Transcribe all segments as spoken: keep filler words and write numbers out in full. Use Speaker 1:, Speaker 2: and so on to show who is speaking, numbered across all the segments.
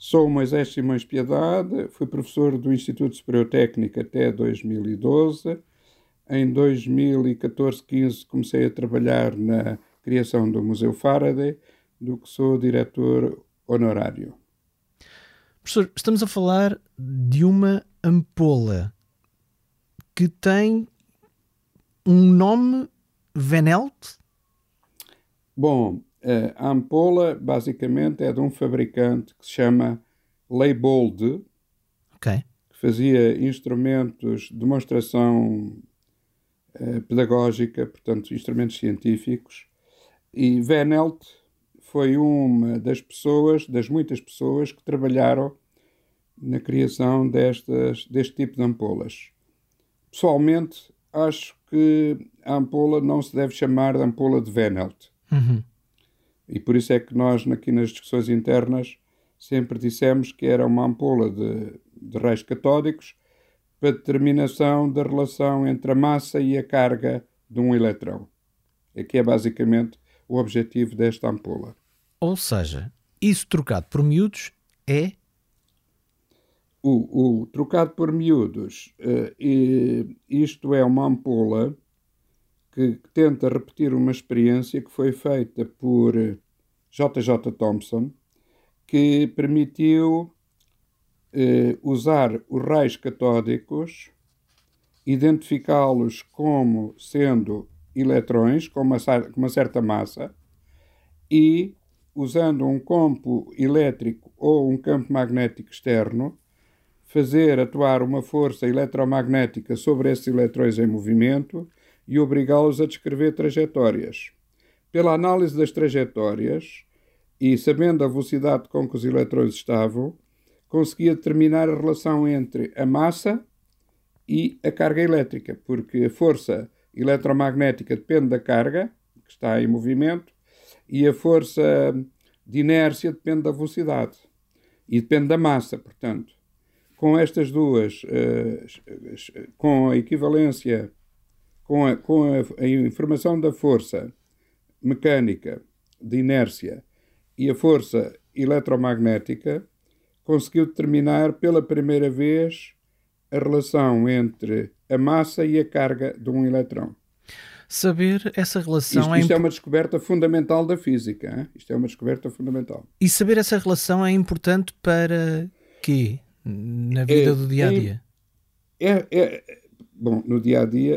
Speaker 1: Sou o Moisés Simões Piedade, fui professor do Instituto Superior Técnico até dois mil e doze. Em dois mil e catorze, quinze comecei a trabalhar na criação do Museu Faraday, do que sou diretor honorário.
Speaker 2: Professor, estamos a falar de uma ampola que tem um nome VanElt?
Speaker 1: Bom, a ampola basicamente é de um fabricante que se chama Leibold,
Speaker 2: okay.
Speaker 1: que fazia instrumentos de demonstração uh, pedagógica, portanto instrumentos científicos, e VanElt foi uma das pessoas, das muitas pessoas que trabalharam na criação destas, deste tipo de ampolas. Pessoalmente, acho que a ampola não se deve chamar de ampola de VanElt.
Speaker 2: Uhum.
Speaker 1: E por isso é que nós, aqui nas discussões internas, sempre dissemos que era uma ampola de, de raios catódicos para determinação da relação entre a massa e a carga de um eletrão. É que é basicamente o objetivo desta ampola.
Speaker 2: Ou seja, isso trocado por miúdos é...
Speaker 1: O, o trocado por miúdos, uh, e isto é uma ampola que tenta repetir uma experiência que foi feita por J J Thomson, que permitiu uh, usar os raios catódicos, identificá-los como sendo eletrões com uma, com uma certa massa e, usando um campo elétrico ou um campo magnético externo, fazer atuar uma força eletromagnética sobre esses eletrões em movimento e obrigá-los a descrever trajetórias. Pela análise das trajetórias e sabendo a velocidade com que os eletrões estavam, conseguia determinar a relação entre a massa e a carga elétrica, porque a força eletromagnética depende da carga, que está em movimento, e a força de inércia depende da velocidade e depende da massa, portanto. Com estas duas, com a equivalência, com a, com a, a informação da força mecânica, de inércia, e a força eletromagnética, conseguiu determinar pela primeira vez a relação entre a massa e a carga de um eletrão.
Speaker 2: Saber essa relação...
Speaker 1: Isto,
Speaker 2: é,
Speaker 1: isto
Speaker 2: imp...
Speaker 1: é uma descoberta fundamental da física. Hein? Isto é uma descoberta fundamental.
Speaker 2: E saber essa relação é importante para quê? Na vida
Speaker 1: é,
Speaker 2: do dia-a-dia?
Speaker 1: É, é, é, bom, no dia-a-dia...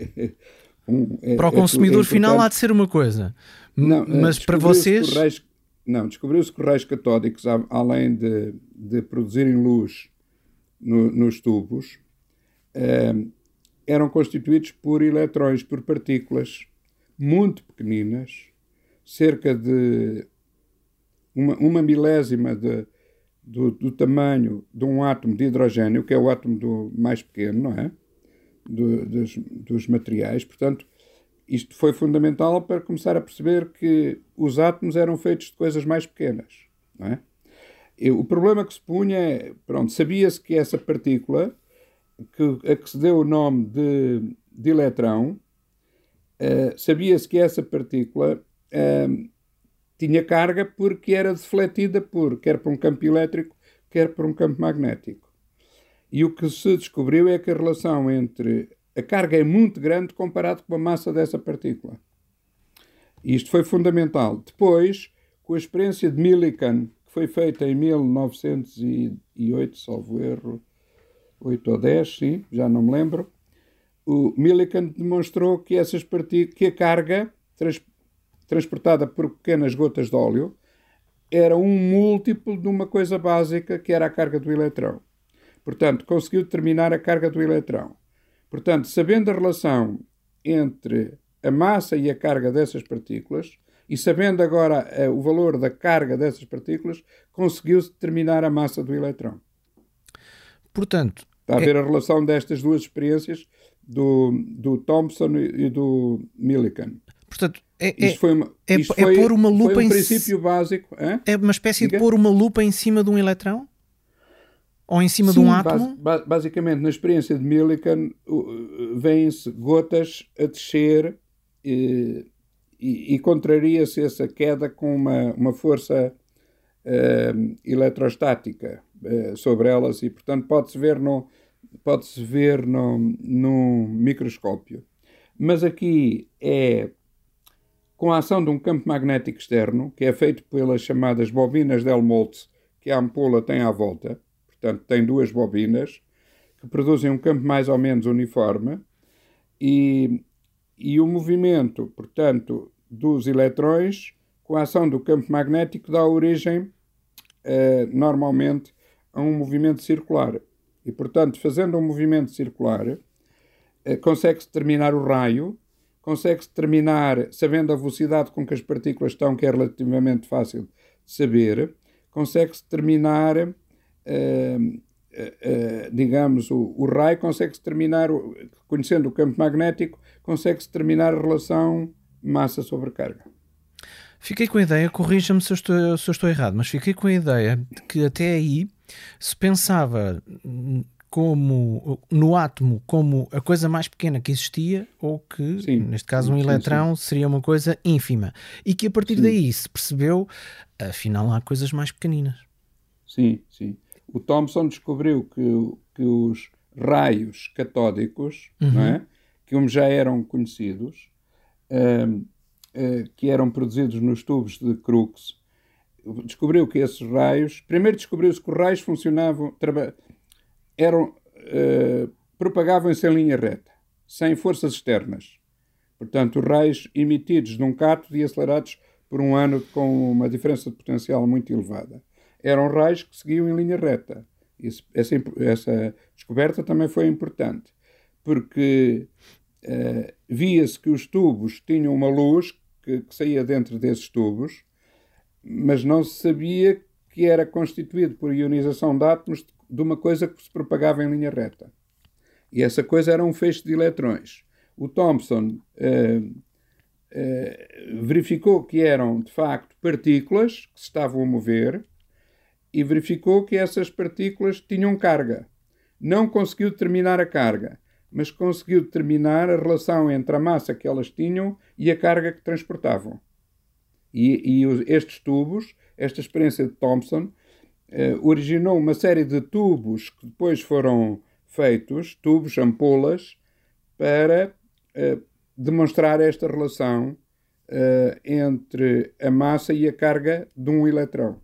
Speaker 1: um, é,
Speaker 2: para o consumidor
Speaker 1: é
Speaker 2: final há de ser uma coisa.
Speaker 1: Não,
Speaker 2: mas para vocês...
Speaker 1: Raios, não, descobriu-se que os raios catódicos, além de, de produzirem luz no, nos tubos, eh, eram constituídos por eletrões, por partículas muito pequeninas, cerca de uma, uma milésima de, do, do tamanho de um átomo de hidrogênio, que é o átomo do, mais pequeno, não é? Do, dos, dos materiais. Portanto, isto foi fundamental para começar a perceber que os átomos eram feitos de coisas mais pequenas, não é? E o problema que se punha é, pronto, sabia-se que essa partícula, que, a que se deu o nome de, de eletrão, uh, sabia-se que essa partícula uh, tinha carga porque era defletida por, quer por um campo elétrico, quer por um campo magnético. E o que se descobriu é que a relação entre a carga é muito grande comparado com a massa dessa partícula. E isto foi fundamental. Depois, com a experiência de Millikan, que foi feita em mil novecentos e oito, salvo erro, oito ou dez, sim, já não me lembro, o Millikan demonstrou que, essas partículas, que a carga trans, transportada por pequenas gotas de óleo era um múltiplo de uma coisa básica que era a carga do eletrão. Portanto, conseguiu determinar a carga do eletrão. Portanto, sabendo a relação entre a massa e a carga dessas partículas, e sabendo agora uh, o valor da carga dessas partículas, conseguiu-se determinar a massa do eletrão.
Speaker 2: Portanto...
Speaker 1: Está a
Speaker 2: é...
Speaker 1: ver a relação destas duas experiências do, do Thomson e do Millikan.
Speaker 2: Portanto, é,
Speaker 1: isto foi, uma,
Speaker 2: é,
Speaker 1: isto
Speaker 2: é
Speaker 1: foi,
Speaker 2: pôr uma lupa
Speaker 1: foi um
Speaker 2: em
Speaker 1: princípio básico. Hein?
Speaker 2: É uma espécie
Speaker 1: Diga?
Speaker 2: de pôr uma lupa em cima de um eletrão? Ou em cima
Speaker 1: Sim,
Speaker 2: de um átomo?
Speaker 1: Bas, basicamente, na experiência de Millikan, vêm-se gotas a descer e, e, e contraria-se essa queda com uma, uma força uh, eletrostática uh, sobre elas e, portanto, pode-se ver, no, pode-se ver no, no microscópio. Mas aqui é com a ação de um campo magnético externo, que é feito pelas chamadas bobinas de Helmholtz, que a ampola tem à volta. Portanto, tem duas bobinas que produzem um campo mais ou menos uniforme e, e o movimento, portanto, dos eletrões, com a ação do campo magnético, dá origem, eh, normalmente, a um movimento circular. E, portanto, fazendo um movimento circular, eh, consegue-se determinar o raio, consegue-se determinar, sabendo a velocidade com que as partículas estão, que é relativamente fácil de saber, consegue-se determinar, uh, uh, uh, digamos, o, o raio, consegue-se determinar, conhecendo o campo magnético, consegue-se determinar a relação massa sobre carga.
Speaker 2: Fiquei com a ideia, corrija-me se eu, estou, se eu estou errado, mas fiquei com a ideia de que até aí se pensava como no átomo como a coisa mais pequena que existia, ou que, sim, neste caso, um sim, eletrão sim. seria uma coisa ínfima. E que a partir sim. daí se percebeu, afinal, há coisas mais pequeninas.
Speaker 1: Sim, sim. O Thomson descobriu que, que os raios catódicos, uhum. não é? Que uns já eram conhecidos, uh, uh, que eram produzidos nos tubos de Crookes, descobriu que esses raios... Primeiro descobriu-se que os raios funcionavam... Traba, eram, uh, propagavam-se em linha reta, sem forças externas. Portanto, os raios emitidos de um cátodo e acelerados por um ânodo com uma diferença de potencial muito elevada. Eram raios que seguiam em linha reta. Isso, essa, essa descoberta também foi importante, porque uh, via-se que os tubos tinham uma luz que, que saía dentro desses tubos, mas não se sabia que era constituído por ionização de átomos de uma coisa que se propagava em linha reta. E essa coisa era um feixe de eletrões. O Thomson uh, uh, verificou que eram, de facto, partículas que se estavam a mover e verificou que essas partículas tinham carga. Não conseguiu determinar a carga, mas conseguiu determinar a relação entre a massa que elas tinham e a carga que transportavam. E, e estes tubos, esta experiência de Thomson, Uh, originou uma série de tubos que depois foram feitos, tubos, ampolas, para uh, demonstrar esta relação uh, entre a massa e a carga de um eletrão.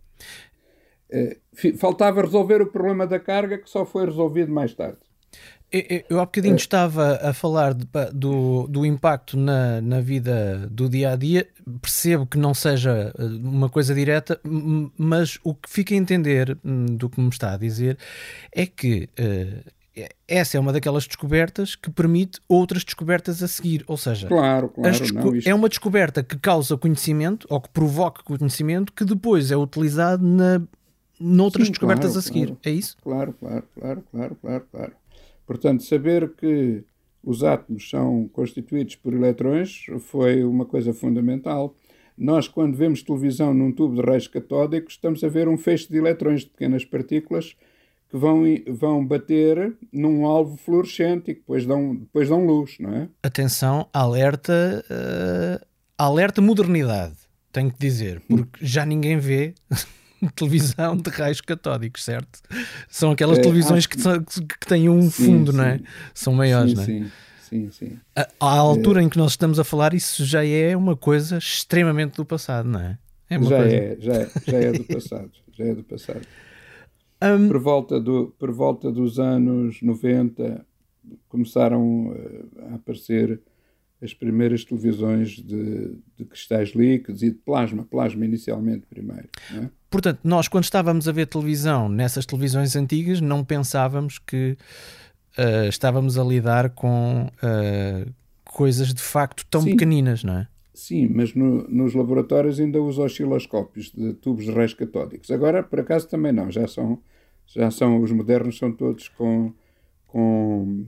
Speaker 1: Uh, faltava resolver o problema da carga, que só foi resolvido mais tarde.
Speaker 2: Eu há bocadinho é. estava a falar de, do, do impacto na, na vida do dia-a-dia. Percebo que não seja uma coisa direta, mas o que fica a entender do que me está a dizer é que uh, essa é uma daquelas descobertas que permite outras descobertas a seguir. Ou seja,
Speaker 1: claro, claro,
Speaker 2: desco-
Speaker 1: não, isto...
Speaker 2: é uma descoberta que causa conhecimento, ou que provoca conhecimento, que depois é utilizado na, noutras Sim, descobertas
Speaker 1: claro,
Speaker 2: a seguir.
Speaker 1: Claro,
Speaker 2: é isso?
Speaker 1: Claro, claro, claro, claro, claro, claro. Portanto, saber que os átomos são constituídos por eletrões foi uma coisa fundamental. Nós, quando vemos televisão num tubo de raios catódicos, estamos a ver um feixe de eletrões, de pequenas partículas, que vão, vão bater num alvo fluorescente e que depois dão, depois dão luz, não é?
Speaker 2: Atenção, alerta, uh, alerta modernidade, tenho que dizer, porque já ninguém vê... televisão de raios catódicos, certo? São aquelas é, televisões que, que, que têm um sim, fundo, sim. não é? São maiores,
Speaker 1: sim,
Speaker 2: não é?
Speaker 1: Sim, sim, sim.
Speaker 2: À, à altura é. em que nós estamos a falar, isso já é uma coisa extremamente do passado, não é?
Speaker 1: é uma já, coisa... é, já é, já é do passado, já é do passado. Um... Por, volta do, por volta dos anos noventa começaram a aparecer as primeiras televisões de, de cristais líquidos e de plasma, plasma inicialmente primeiro, não é?
Speaker 2: Portanto, nós quando estávamos a ver televisão nessas televisões antigas não pensávamos que uh, estávamos a lidar com uh, coisas de facto tão Sim. pequeninas, não é?
Speaker 1: Sim, mas no, nos laboratórios ainda usa osciloscópios de tubos de raios catódicos. Agora, por acaso, também não. Já são, já são os modernos são todos com... com,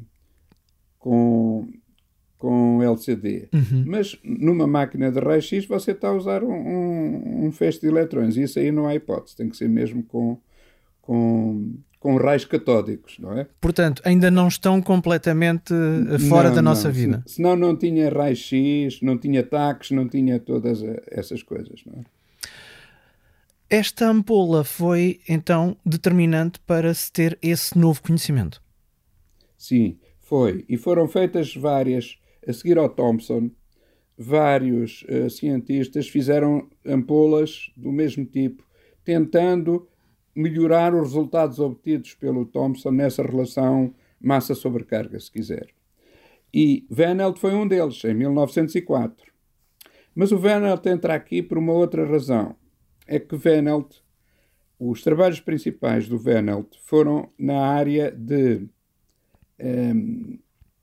Speaker 1: com com L C D. Uhum. Mas numa máquina de raio-x você está a usar um, um, um feixe de eletrões e isso aí não há hipótese, tem que ser mesmo com, com, com raios catódicos, não é?
Speaker 2: Portanto, ainda não estão completamente fora não, da nossa
Speaker 1: não.
Speaker 2: vida.
Speaker 1: Se, senão não tinha raio-x, não tinha taques, não tinha todas essas coisas, não é?
Speaker 2: Esta ampola foi, então, determinante para se ter esse novo conhecimento?
Speaker 1: Sim, foi. E foram feitas várias, a seguir ao Thomson, vários uh, cientistas fizeram ampolas do mesmo tipo, tentando melhorar os resultados obtidos pelo Thomson nessa relação massa-sobrecarga, se quiser. E Van Heldt foi um deles, em mil novecentos e quatro. Mas o Van Heldt entra aqui por uma outra razão. É que Van Heldt, os trabalhos principais do Van Heldt foram na área de um,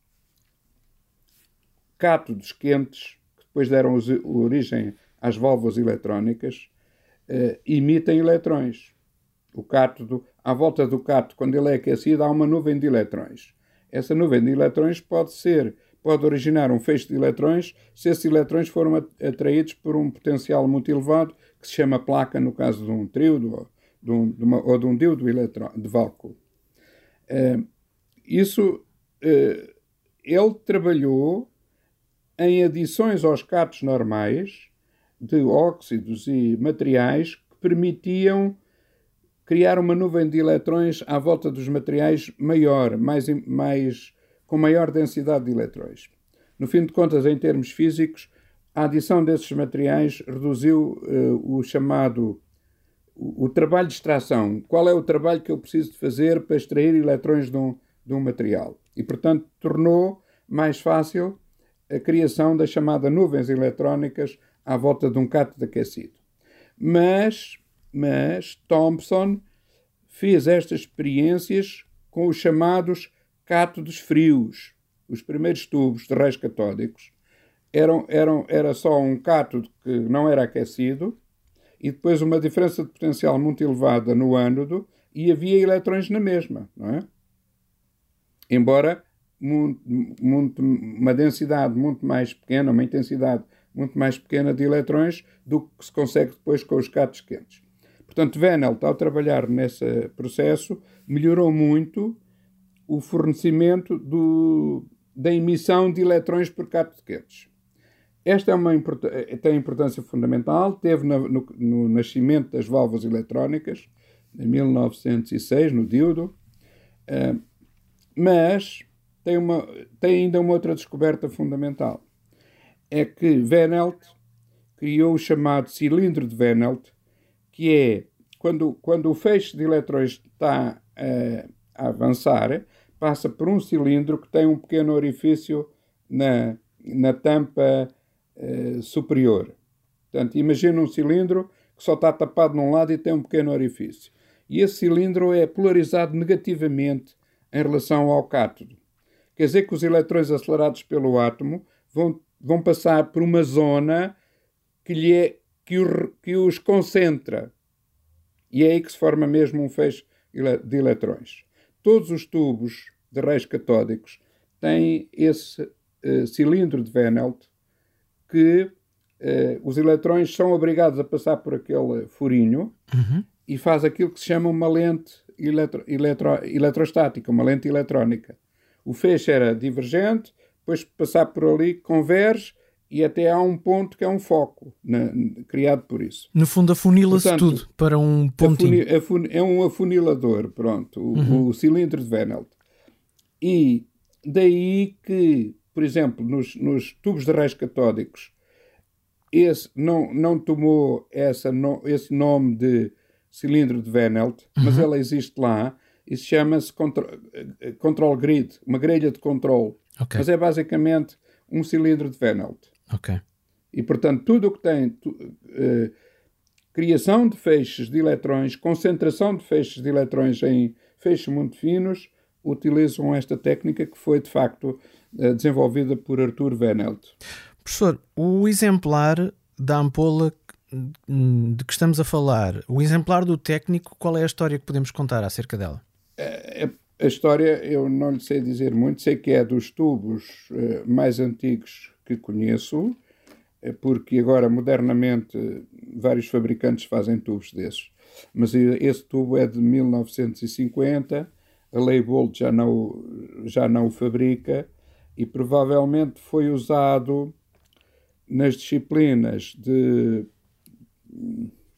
Speaker 1: cátodos quentes, que depois deram origem às válvulas eletrónicas, uh, emitem eletrões. O cátodo, à volta do cátodo, quando ele é aquecido, há uma nuvem de eletrões. Essa nuvem de eletrões pode ser, pode originar um feixe de eletrões se esses eletrões foram atraídos por um potencial muito elevado, que se chama placa, no caso de um tríodo ou de um, de uma, ou de um díodo de vácuo. Uh, isso, uh, ele trabalhou em adições aos cátodos normais de óxidos e materiais que permitiam criar uma nuvem de eletrões à volta dos materiais maior, mais, mais, com maior densidade de eletrões. No fim de contas, em termos físicos, a adição desses materiais reduziu uh, o chamado o, o trabalho de extração. Qual é o trabalho que eu preciso de fazer para extrair eletrões de um, de um material? E, portanto, tornou mais fácil a criação das chamadas nuvens eletrónicas à volta de um cátodo aquecido. Mas... Mas Thomson fez estas experiências com os chamados cátodos frios. Os primeiros tubos de raios catódicos eram, eram, era só um cátodo que não era aquecido e depois uma diferença de potencial muito elevada no ânodo e havia eletrões na mesma, não é? Embora muito, muito, uma densidade muito mais pequena, uma intensidade muito mais pequena de eletrões do que se consegue depois com os cátodos quentes. Portanto, Van Heldt, ao trabalhar nesse processo, melhorou muito o fornecimento do, da emissão de eletrões por cátodos quentes. Esta é uma, tem importância fundamental, teve no, no, no nascimento das válvulas eletrónicas, em mil novecentos e seis, no díodo, uh, mas tem, uma, tem ainda uma outra descoberta fundamental. É que Van Heldt criou o chamado cilindro de Van Heldt, que é, quando, quando o feixe de eletrões está uh, a avançar, passa por um cilindro que tem um pequeno orifício na, na tampa uh, superior. Portanto, imagina um cilindro que só está tapado num lado e tem um pequeno orifício. E esse cilindro é polarizado negativamente em relação ao cátodo. Quer dizer que os eletrões acelerados pelo átomo vão, vão passar por uma zona que lhe é Que, o, que os concentra. E é aí que se forma mesmo um feixe de eletrões. Todos os tubos de raios catódicos têm esse uh, cilindro de Van Heldt que uh, os eletrões são obrigados a passar por aquele furinho uhum. e faz aquilo que se chama uma lente eletro, eletro, eletrostática, uma lente eletrónica. O feixe era divergente, depois passar por ali, converge e até há um ponto que é um foco, na, criado por isso.
Speaker 2: No fundo, afunila-se tudo para um pontinho.
Speaker 1: Afuni, afun, é um afunilador, pronto, o, uhum. o cilindro de Van Heldt. E daí que, por exemplo, nos, nos tubos de raios catódicos, esse não, não tomou essa, no, esse nome de cilindro de Van Heldt, uhum. mas ela existe lá e se chama-se control, control grid, uma grelha de controle. Okay. Mas é basicamente um cilindro de Van Heldt.
Speaker 2: Okay.
Speaker 1: E, portanto, tudo o que tem tu, uh, criação de feixes de eletrões, concentração de feixes de eletrões em feixes muito finos, utilizam esta técnica que foi, de facto, uh, desenvolvida por Arthur Van Heldt.
Speaker 2: Professor, o exemplar da ampola de que estamos a falar, o exemplar do técnico, qual é a história que podemos contar acerca dela?
Speaker 1: A, a história eu não lhe sei dizer muito, sei que é dos tubos uh, mais antigos que conheço, porque agora modernamente vários fabricantes fazem tubos desses, mas esse tubo é de mil novecentos e cinquenta, a Leybold já não, já não o fabrica e provavelmente foi usado nas disciplinas de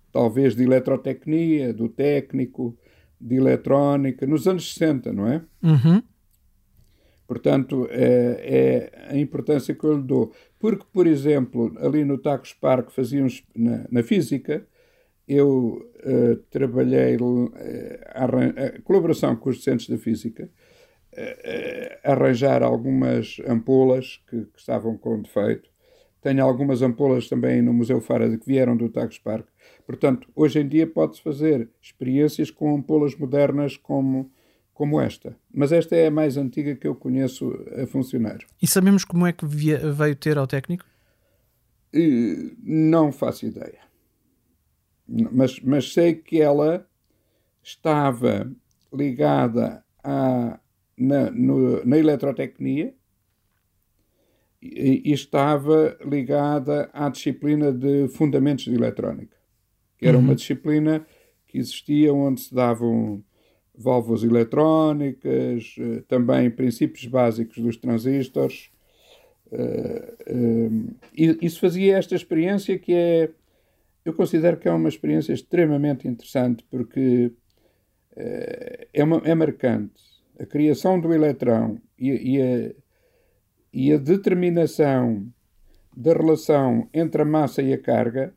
Speaker 1: talvez de eletrotecnia, do técnico, de eletrónica, nos anos sessenta, não é?
Speaker 2: Uhum.
Speaker 1: Portanto, é, é a importância que eu lhe dou. Porque, por exemplo, ali no Taco Spark fazíamos, na, na física, eu uh, trabalhei uh, a, a colaboração com os docentes da física, uh, arranjar algumas ampolas que, que estavam com defeito. Tenho algumas ampolas também no Museu Faraday que vieram do Taco Spark. Portanto, hoje em dia pode-se fazer experiências com ampolas modernas como, como esta. Mas esta é a mais antiga que eu conheço a funcionar.
Speaker 2: E sabemos como é que via, veio ter ao técnico?
Speaker 1: E não faço ideia. Mas, mas sei que ela estava ligada à, na, no, na eletrotecnia e, e estava ligada à disciplina de fundamentos de eletrónica, que era uhum. uma disciplina que existia onde se davam válvulas eletrónicas, também princípios básicos dos transistores. E isso fazia esta experiência que é, eu considero que é uma experiência extremamente interessante, porque é, uma, é marcante. A criação do eletrão e, e, a, e a determinação da relação entre a massa e a carga,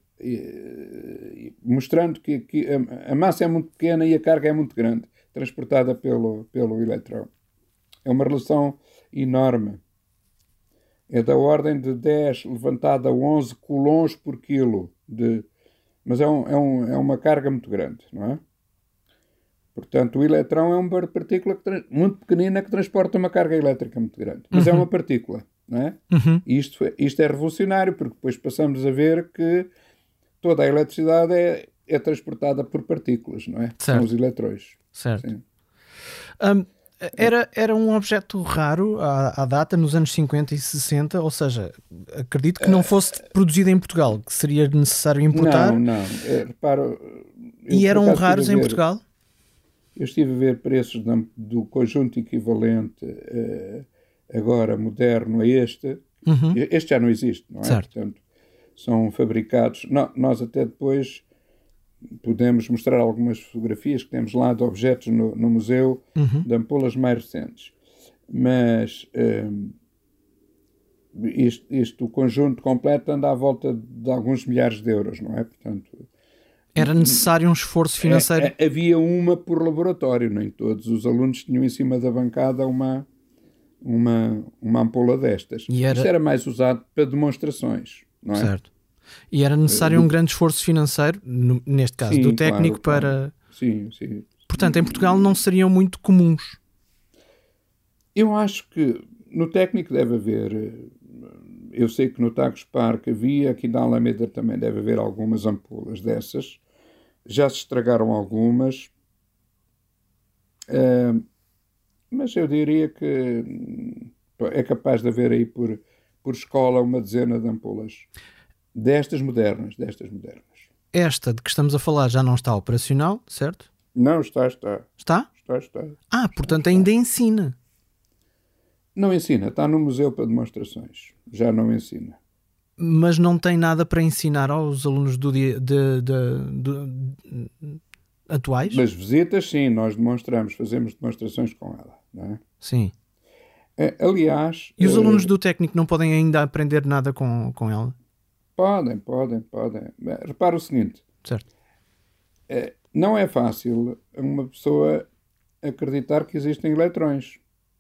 Speaker 1: e, mostrando que, que a, a massa é muito pequena e a carga é muito grande, transportada pelo, pelo eletrão. É uma relação enorme. É da ordem de dez levantada a onze coulombs por quilo. De, mas é, um, é, um, é uma carga muito grande, não é? Portanto, o eletrão é uma partícula que, muito pequenina que transporta uma carga elétrica muito grande. Mas uhum. é uma partícula, não é?
Speaker 2: Uhum.
Speaker 1: E isto, isto é revolucionário, porque depois passamos a ver que toda a eletricidade é, é transportada por partículas, não é?
Speaker 2: Certo.
Speaker 1: São os eletrões.
Speaker 2: Certo. Um, era, era um objeto raro à, à data, nos anos cinquenta e sessenta, ou seja, acredito que não fosse produzido em Portugal, que seria necessário importar.
Speaker 1: Não, não. É, reparo,
Speaker 2: e eram raros em Portugal?
Speaker 1: Eu estive a ver preços do conjunto equivalente uh, agora moderno a este.
Speaker 2: Uhum.
Speaker 1: Este já não existe, não é?
Speaker 2: Certo.
Speaker 1: Portanto, são fabricados. Não, nós até depois podemos mostrar algumas fotografias que temos lá de objetos no, no museu,
Speaker 2: uhum.
Speaker 1: de ampolas mais recentes. Mas um, isto, isto, o conjunto completo anda à volta de alguns milhares de euros, não é? Portanto,
Speaker 2: era necessário um esforço financeiro?
Speaker 1: É, é, havia uma por laboratório, nem todos os alunos tinham em cima da bancada uma, uma, uma ampola destas.
Speaker 2: E era...
Speaker 1: Isto era mais usado para demonstrações, não é?
Speaker 2: Certo. E era necessário
Speaker 1: do...
Speaker 2: um grande esforço financeiro, no, neste caso,
Speaker 1: sim,
Speaker 2: do técnico
Speaker 1: claro,
Speaker 2: para...
Speaker 1: Claro. Sim, sim.
Speaker 2: Portanto, em Portugal não seriam muito comuns.
Speaker 1: Eu acho que no técnico deve haver... Eu sei que no Taco Spark havia, aqui na Alameda também deve haver algumas ampolas dessas. Já se estragaram algumas. Uh, mas eu diria que é capaz de haver aí por, por escola uma dezena de ampolas. Destas modernas, destas modernas.
Speaker 2: Esta de que estamos a falar já não está operacional, certo?
Speaker 1: Não, está, está.
Speaker 2: Está?
Speaker 1: Está, está.
Speaker 2: Ah, portanto está. Ainda ensina.
Speaker 1: Não ensina, está no museu para demonstrações. Já não ensina.
Speaker 2: Mas não tem nada para ensinar aos alunos do dia, de, de, de, de, atuais?
Speaker 1: Nas visitas, sim, nós demonstramos, fazemos demonstrações com ela, não é?
Speaker 2: Sim.
Speaker 1: É, aliás...
Speaker 2: E os
Speaker 1: é,
Speaker 2: alunos do técnico não podem ainda aprender nada com, com ela?
Speaker 1: Podem, podem, podem. Repara o seguinte.
Speaker 2: Certo.
Speaker 1: É, não é fácil uma pessoa acreditar que existem eletrões.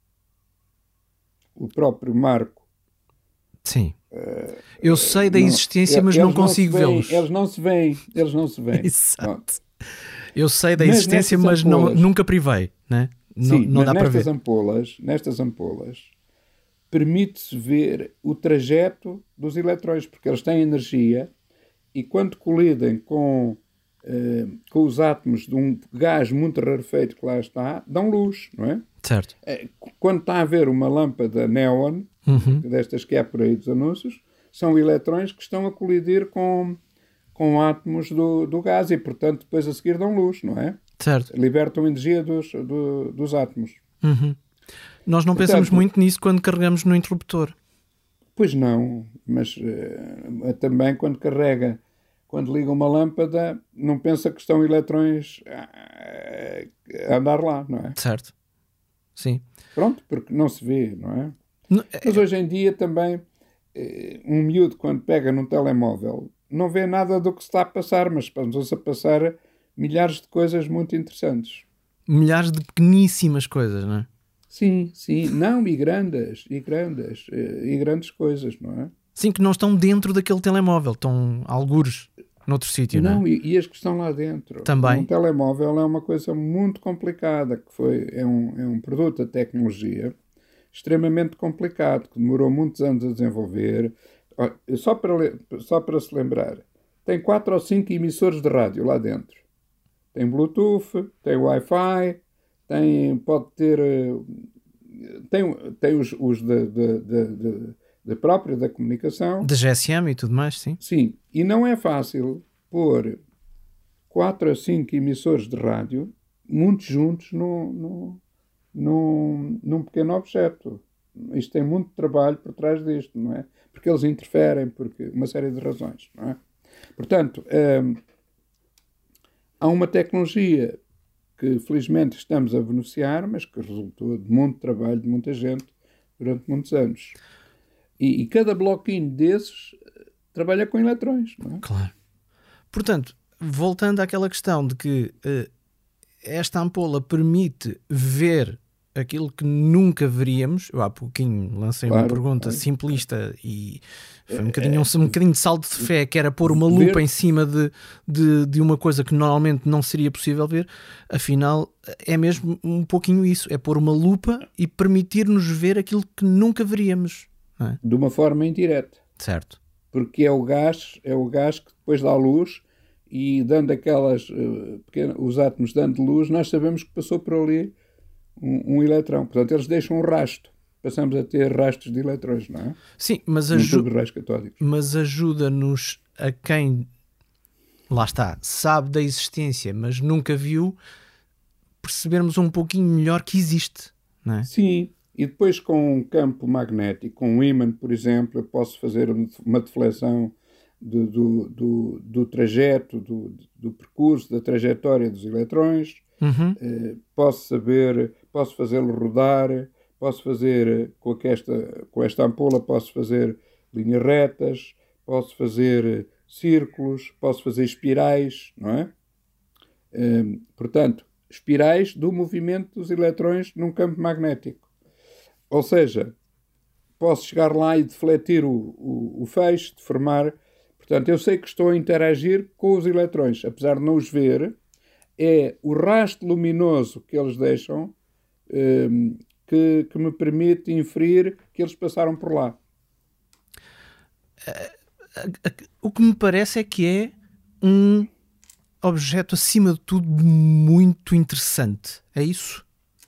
Speaker 1: O próprio Marco.
Speaker 2: Sim. Eu sei da existência, não, mas não consigo vê-los.
Speaker 1: Eles não se veem, eles não se veem.
Speaker 2: Exato. Eu sei da existência, mas, mas não, nunca privei, né?
Speaker 1: Sim,
Speaker 2: não, não dá para
Speaker 1: nestas
Speaker 2: ver.
Speaker 1: ampolas, nestas ampolas, permite-se ver o trajeto dos eletrões, porque eles têm energia e quando colidem com, uh, com os átomos de um gás muito rarefeito que lá está, dão luz, não é?
Speaker 2: Certo.
Speaker 1: Quando está a ver uma lâmpada neon,
Speaker 2: uhum.
Speaker 1: destas que há por aí dos anúncios, são eletrões que estão a colidir com, com átomos do, do gás e, portanto, depois a seguir dão luz, não é?
Speaker 2: Certo.
Speaker 1: Libertam energia dos, do, dos átomos.
Speaker 2: Uhum. Nós não
Speaker 1: portanto,
Speaker 2: pensamos muito nisso quando carregamos no interruptor.
Speaker 1: Pois não, mas uh, também quando carrega, quando liga uma lâmpada, não pensa que estão eletrões a andar lá, não é?
Speaker 2: Certo. Sim.
Speaker 1: Pronto, porque não se vê, não é?
Speaker 2: Não,
Speaker 1: Mas
Speaker 2: é...
Speaker 1: hoje em dia também, um miúdo quando pega num telemóvel não vê nada do que se está a passar, mas estamos a passar milhares de coisas muito interessantes.
Speaker 2: Milhares de pequeníssimas coisas, não é?
Speaker 1: Sim, sim. Não, e grandes, e grandes, e grandes coisas, não é?
Speaker 2: Sim, que não estão dentro daquele telemóvel, estão algures noutro sítio, não,
Speaker 1: não
Speaker 2: é?
Speaker 1: e, e as que estão lá dentro.
Speaker 2: Também.
Speaker 1: Um telemóvel é uma coisa muito complicada, que foi, é, um, é um produto da tecnologia extremamente complicado, que demorou muitos anos a desenvolver. Só para, só para se lembrar, tem quatro ou cinco emissores de rádio lá dentro. Tem Bluetooth, tem Wi-Fi, tem, pode ter... Tem, tem os, os de, de, de, de, de própria da comunicação.
Speaker 2: Da G S M e tudo mais, sim.
Speaker 1: Sim, e não é fácil pôr quatro a cinco emissores de rádio, muitos juntos, no, no, num, num pequeno objeto. Isto tem muito trabalho por trás disto, não é? Porque eles interferem, porque uma série de razões, não é? Portanto, hum, há uma tecnologia que felizmente estamos a beneficiar, mas que resultou de muito trabalho de muita gente durante muitos anos. E, e cada bloquinho desses trabalha com eletrões, não é?
Speaker 2: Claro. Portanto, voltando àquela questão de que uh, esta ampola permite ver aquilo que nunca veríamos. Eu há pouquinho lancei claro, uma pergunta claro. simplista e foi um bocadinho, um, um bocadinho de salto de fé, que era pôr uma lupa ver... em cima de, de, de uma coisa que normalmente não seria possível ver. Afinal, é mesmo um pouquinho isso, é pôr uma lupa e permitir-nos ver aquilo que nunca veríamos. Não é?
Speaker 1: De uma forma indireta.
Speaker 2: Certo.
Speaker 1: Porque é o gás, é o gás que depois dá luz e dando aquelas uh, pequenas, os átomos dando luz, nós sabemos que passou por ali Um, um eletrão. Portanto, eles deixam um rastro. Passamos a ter rastros de eletrões, não é?
Speaker 2: Sim, mas, aju
Speaker 1: catódicos.
Speaker 2: mas ajuda-nos a quem, lá está, sabe da existência, mas nunca viu, percebermos um pouquinho melhor que existe, não é?
Speaker 1: Sim, e depois com um campo magnético, com um ímã, por exemplo, eu posso fazer uma deflexão do, do, do, do trajeto, do, do percurso, da trajetória dos eletrões.
Speaker 2: Uhum.
Speaker 1: Uh, posso saber, posso fazê-lo rodar, posso fazer com esta, com esta ampola, posso fazer linhas retas, posso fazer círculos, posso fazer espirais, não é? Uh, portanto, espirais do movimento dos eletrões num campo magnético. Ou seja, posso chegar lá e defletir o, o, o feixe, deformar. Portanto, eu sei que estou a interagir com os eletrões, apesar de não os ver. É o rastro luminoso que eles deixam um, que, que me permite inferir que eles passaram por lá.
Speaker 2: O que me parece é que é um objeto, acima de tudo, muito interessante. É isso?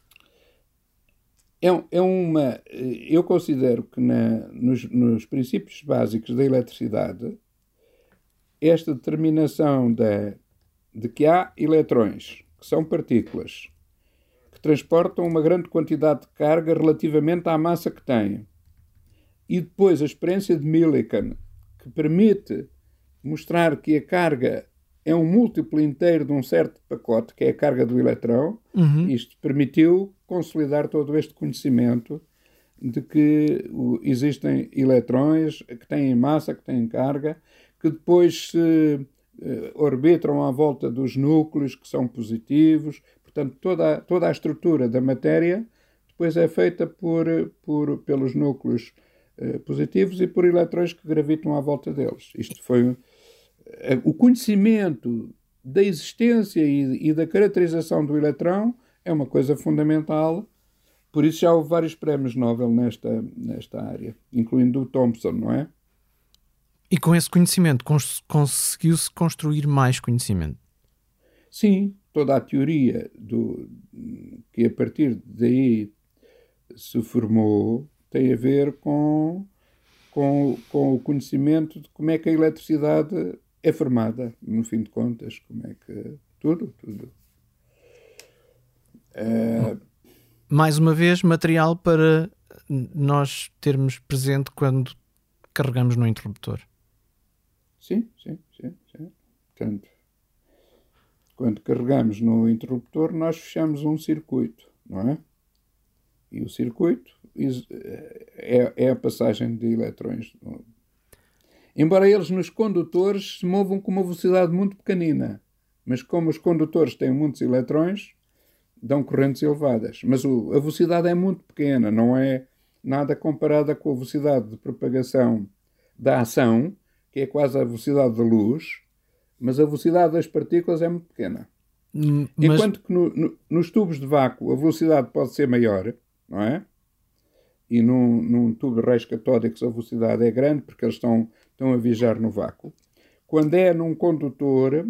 Speaker 1: É, é uma... Eu considero que na, nos, nos princípios básicos da eletricidade, esta determinação da... de que há eletrões, que são partículas, que transportam uma grande quantidade de carga relativamente à massa que têm. E depois a experiência de Millikan, que permite mostrar que a carga é um múltiplo inteiro de um certo pacote, que é a carga do eletrão.
Speaker 2: Uhum.
Speaker 1: Isto permitiu consolidar todo este conhecimento de que existem eletrões que têm massa, que têm carga, que depois se Uh, orbitam à volta dos núcleos que são positivos. Portanto, toda a, toda a estrutura da matéria depois é feita por, por, pelos núcleos uh, positivos e por eletrões que gravitam à volta deles. Isto foi uh, o conhecimento da existência e, e da caracterização do eletrão é uma coisa fundamental. Por isso já houve vários prémios Nobel nesta, nesta área, incluindo o Thomson, não é?
Speaker 2: E com esse conhecimento cons conseguiu-se construir mais conhecimento?
Speaker 1: Sim, toda a teoria do, que a partir daí se formou tem a ver com, com, com o conhecimento de como é que a eletricidade é formada, no fim de contas, como é que... Tudo, tudo.
Speaker 2: Uh... Mais uma vez, material para nós termos presente quando carregamos no interruptor.
Speaker 1: Sim, sim, sim, sim. Portanto, quando carregamos no interruptor, nós fechamos um circuito, não é? E o circuito é, é a passagem de elétrons. Embora eles nos condutores se movam com uma velocidade muito pequenina, mas como os condutores têm muitos elétrons, dão correntes elevadas. Mas o, a velocidade é muito pequena, não é nada comparada com a velocidade de propagação da ação, que é quase a velocidade da luz, mas a velocidade das partículas é muito pequena. Mas... Enquanto que no, no, nos tubos de vácuo a velocidade pode ser maior, não é? E num, num tubo de raios catódicos a velocidade é grande porque eles estão, estão a viajar no vácuo. Quando é num condutor,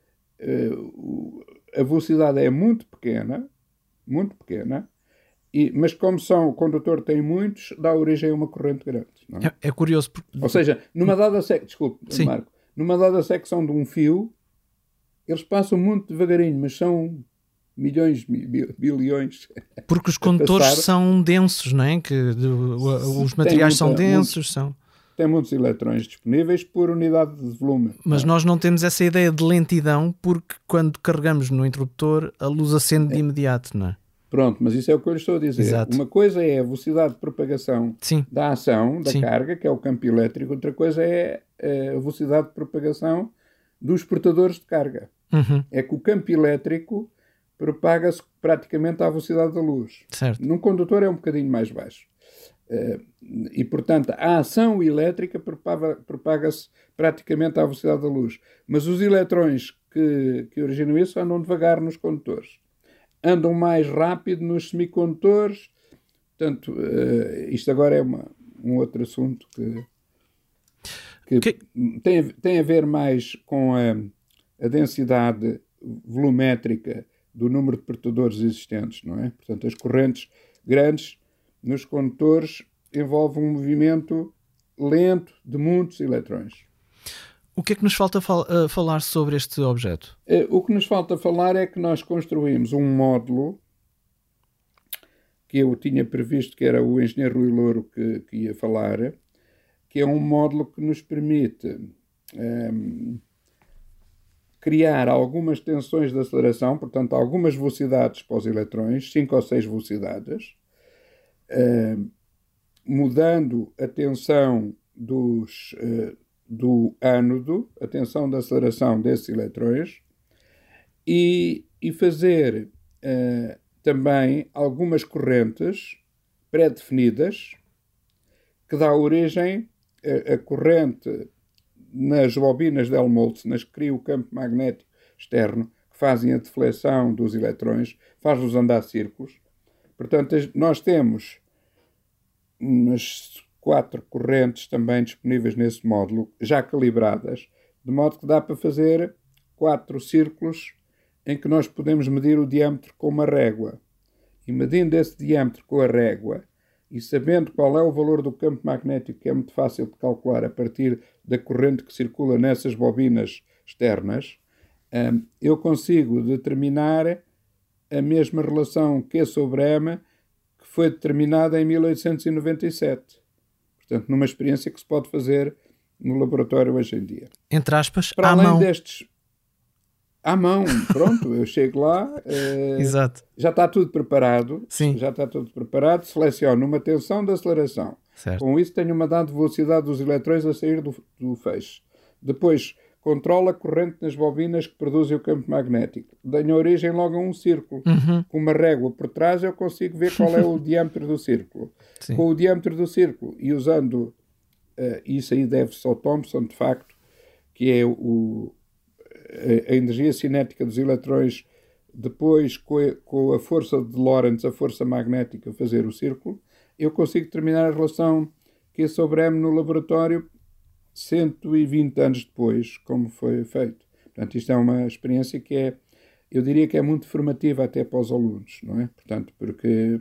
Speaker 1: uh, a velocidade é muito pequena, muito pequena, e, mas como são, o condutor tem muitos, dá origem a uma corrente grande. Não é?
Speaker 2: É, é curioso. Porque...
Speaker 1: Ou seja, numa dada secção, desculpe,
Speaker 2: Sim.
Speaker 1: Marco, numa dada secção de um fio, eles passam muito devagarinho, mas são milhões, bilhões.
Speaker 2: Porque os condutores são densos, não é? Que de, os materiais muita, são densos, muitos, são...
Speaker 1: Tem muitos elétrons disponíveis por unidade de volume.
Speaker 2: Mas não é? Nós não temos essa ideia de lentidão porque quando carregamos no interruptor a luz acende é. de imediato, não é?
Speaker 1: Pronto, mas isso é o que eu lhe estou a dizer.
Speaker 2: Exato.
Speaker 1: Uma coisa é a velocidade de propagação
Speaker 2: Sim.
Speaker 1: da ação, da
Speaker 2: Sim.
Speaker 1: carga, que é o campo elétrico. Outra coisa é a velocidade de propagação dos portadores de carga.
Speaker 2: Uhum.
Speaker 1: É que o campo elétrico propaga-se praticamente à velocidade da luz.
Speaker 2: Certo.
Speaker 1: Num condutor é um bocadinho mais baixo. E, portanto, a ação elétrica propaga-se praticamente à velocidade da luz. Mas os eletrões que, que originam isso andam devagar nos condutores. Andam mais rápido nos semicondutores. Portanto, isto agora é uma, um outro assunto que, que, que... Tem, tem a ver mais com a, a densidade volumétrica do número de portadores existentes, não é? Portanto, as correntes grandes nos condutores envolvem um movimento lento de muitos eletrões.
Speaker 2: O que é que nos falta fal- uh, falar sobre este objeto?
Speaker 1: Uh, o que nos falta falar é que nós construímos um módulo que eu tinha previsto, que era o engenheiro Rui Louro que, que ia falar, que é um módulo que nos permite um, criar algumas tensões de aceleração, portanto, algumas velocidades para os eletrões, cinco ou seis velocidades, uh, mudando a tensão dos, uh, do ânodo, a tensão de aceleração desses eletrões, e, e fazer uh, também algumas correntes pré-definidas que dá origem a, a corrente nas bobinas de Helmholtz, nas que cria o campo magnético externo, que fazem a deflexão dos eletrões, faz-los andar círculos. Portanto, nós temos umas quatro correntes também disponíveis nesse módulo, já calibradas, de modo que dá para fazer quatro círculos em que nós podemos medir o diâmetro com uma régua. E medindo esse diâmetro com a régua, e sabendo qual é o valor do campo magnético, que é muito fácil de calcular a partir da corrente que circula nessas bobinas externas, eu consigo determinar a mesma relação Q sobre M que foi determinada em mil oitocentos e noventa e sete. Portanto, numa experiência que se pode fazer no laboratório hoje em dia.
Speaker 2: Entre aspas,
Speaker 1: para
Speaker 2: à
Speaker 1: além
Speaker 2: mão.
Speaker 1: destes... À mão, pronto, eu chego lá, uh,
Speaker 2: Exato.
Speaker 1: já está tudo preparado,
Speaker 2: Sim.
Speaker 1: já está tudo preparado, seleciono uma tensão de aceleração.
Speaker 2: Certo.
Speaker 1: Com isso tenho uma dada de velocidade dos eletrões a sair do, do feixe. Depois controlo a corrente nas bobinas que produzem o campo magnético. Tenho origem logo a um círculo.
Speaker 2: Uhum.
Speaker 1: Com uma régua por trás eu consigo ver qual é o diâmetro do círculo.
Speaker 2: Sim.
Speaker 1: Com o diâmetro do círculo e usando, uh, isso aí deve-se ao Thomson, de facto, que é o... a energia cinética dos eletrões, depois com a, com a força de Lorentz, a força magnética, fazer o círculo, eu consigo determinar a relação Q sobre M no laboratório cento e vinte anos depois, como foi feito. Portanto, isto é uma experiência que é, eu diria que é muito formativa até para os alunos, não é? Portanto, porque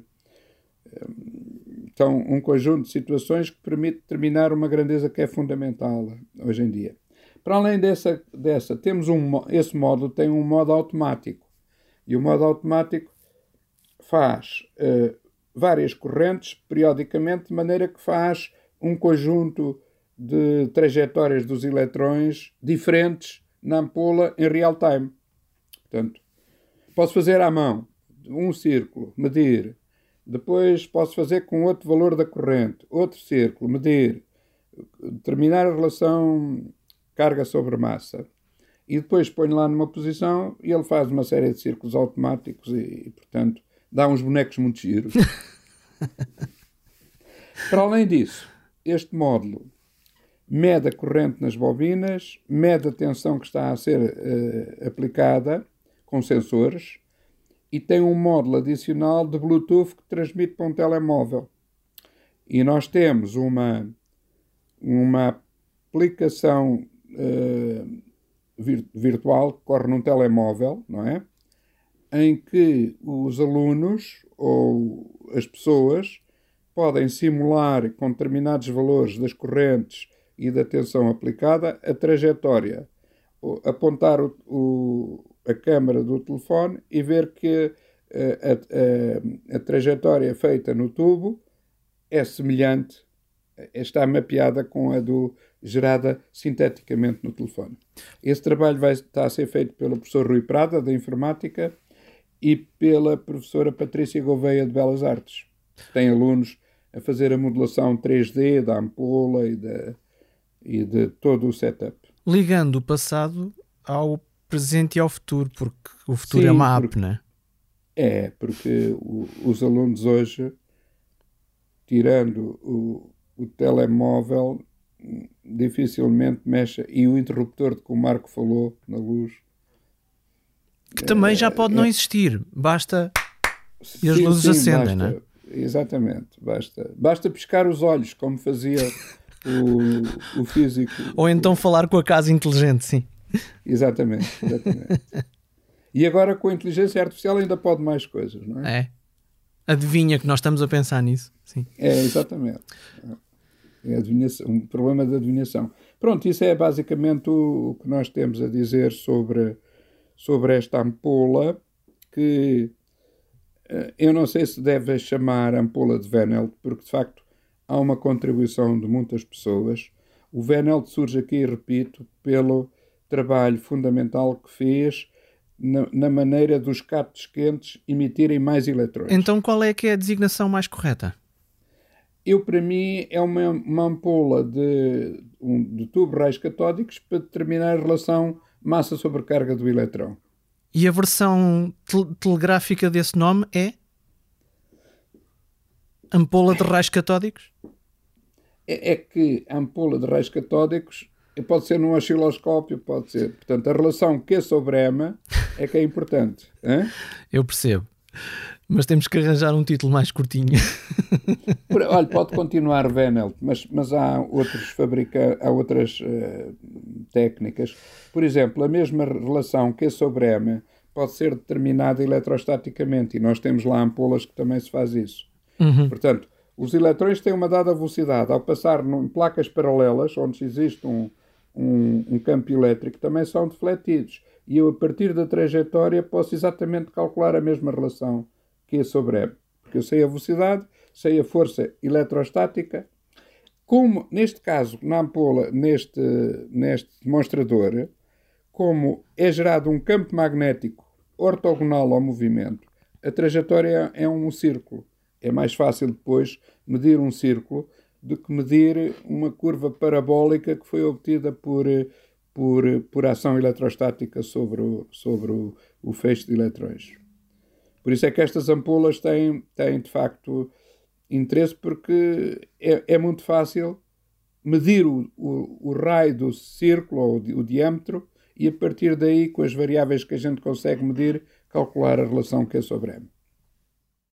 Speaker 1: são um conjunto de situações que permite determinar uma grandeza que é fundamental hoje em dia. Para além dessa, dessa temos um, esse módulo tem um modo automático. E o modo automático faz uh, várias correntes periodicamente, de maneira que faz um conjunto de trajetórias dos eletrões diferentes na ampola em real time. Portanto, posso fazer à mão um círculo, medir. Depois posso fazer com outro valor da corrente, outro círculo, medir, determinar a relação carga sobre massa. E depois ponho lá numa posição e ele faz uma série de círculos automáticos e, e portanto, dá uns bonecos muito giros. Para além disso, este módulo mede a corrente nas bobinas, mede a tensão que está a ser uh, aplicada com sensores e tem um módulo adicional de Bluetooth que transmite para um telemóvel. E nós temos uma, uma aplicação uh, vir, virtual que corre num telemóvel, não é? Em que os alunos ou as pessoas podem simular com determinados valores das correntes e da tensão aplicada a trajetória, apontar o, o, a câmara do telefone e ver que a, a, a trajetória feita no tubo é semelhante, está mapeada com a do gerada sinteticamente no telefone. Esse trabalho vai estar a ser feito pelo professor Rui Prada, da Informática, e pela professora Patrícia Gouveia, de Belas Artes. Tem alunos a fazer a modelação três D da ampola e, da, e de todo o setup.
Speaker 2: Ligando o passado ao presente e ao futuro, porque o futuro Sim, é uma app,
Speaker 1: porque,
Speaker 2: não é?
Speaker 1: É, porque o, os alunos hoje, tirando o, o telemóvel, dificilmente mexe, e o interruptor de que o Marco falou na luz,
Speaker 2: que também já pode é, não existir, basta e as
Speaker 1: sim,
Speaker 2: luzes
Speaker 1: sim,
Speaker 2: acendem,
Speaker 1: basta,
Speaker 2: não é?
Speaker 1: Exatamente, basta, basta piscar os olhos, como fazia o, o físico.
Speaker 2: Ou então
Speaker 1: o...
Speaker 2: falar com a casa inteligente, sim.
Speaker 1: Exatamente, exatamente. E agora com a inteligência artificial ainda pode mais coisas, não é?
Speaker 2: É. Adivinha que nós estamos a pensar nisso, sim.
Speaker 1: É, exatamente. É adivinhação, um problema de adivinhação. Pronto, isso é basicamente o, o que nós temos a dizer sobre, sobre esta ampola, que eu não sei se deve chamar ampola de Van Heldt, porque de facto há uma contribuição de muitas pessoas. O Van Heldt surge aqui, repito, pelo trabalho fundamental que fez na, na maneira dos catos quentes emitirem mais eletrões.
Speaker 2: Então qual é que é a designação mais correta?
Speaker 1: Eu, para mim, é uma, uma ampola de, um, de tubo raios catódicos para determinar a relação massa sobre carga do eletrão.
Speaker 2: E a versão te- telegráfica desse nome é? Ampola de raios catódicos?
Speaker 1: É, é que a ampola de raios catódicos pode ser num osciloscópio, pode ser. Portanto, a relação Q sobre M é que é importante. Hein?
Speaker 2: Eu percebo. Mas temos que arranjar um título mais curtinho.
Speaker 1: Olha, pode continuar Van Heldt, mas, mas há, outros fabrica, há outras uh, técnicas. Por exemplo, a mesma relação Q sobre M pode ser determinada eletrostaticamente e nós temos lá ampolas que também se faz isso.
Speaker 2: Uhum.
Speaker 1: Portanto, os eletrões têm uma dada velocidade. Ao passar em placas paralelas, onde existe um, um, um campo elétrico, também são defletidos. E eu, a partir da trajetória, posso exatamente calcular a mesma relação Q sobre M. Porque eu sei a velocidade, sei a força eletrostática. Como, neste caso, na ampola, neste, neste demonstrador, como é gerado um campo magnético ortogonal ao movimento, a trajetória é um círculo. É mais fácil depois medir um círculo do que medir uma curva parabólica que foi obtida por, por, por ação eletrostática sobre o, sobre o, o feixe de eletrões. Por isso é que estas ampolas têm, têm de facto interesse, porque é, é muito fácil medir o, o, o raio do círculo, ou o, o diâmetro, e a partir daí, com as variáveis que a gente consegue medir, calcular a relação Q sobre M.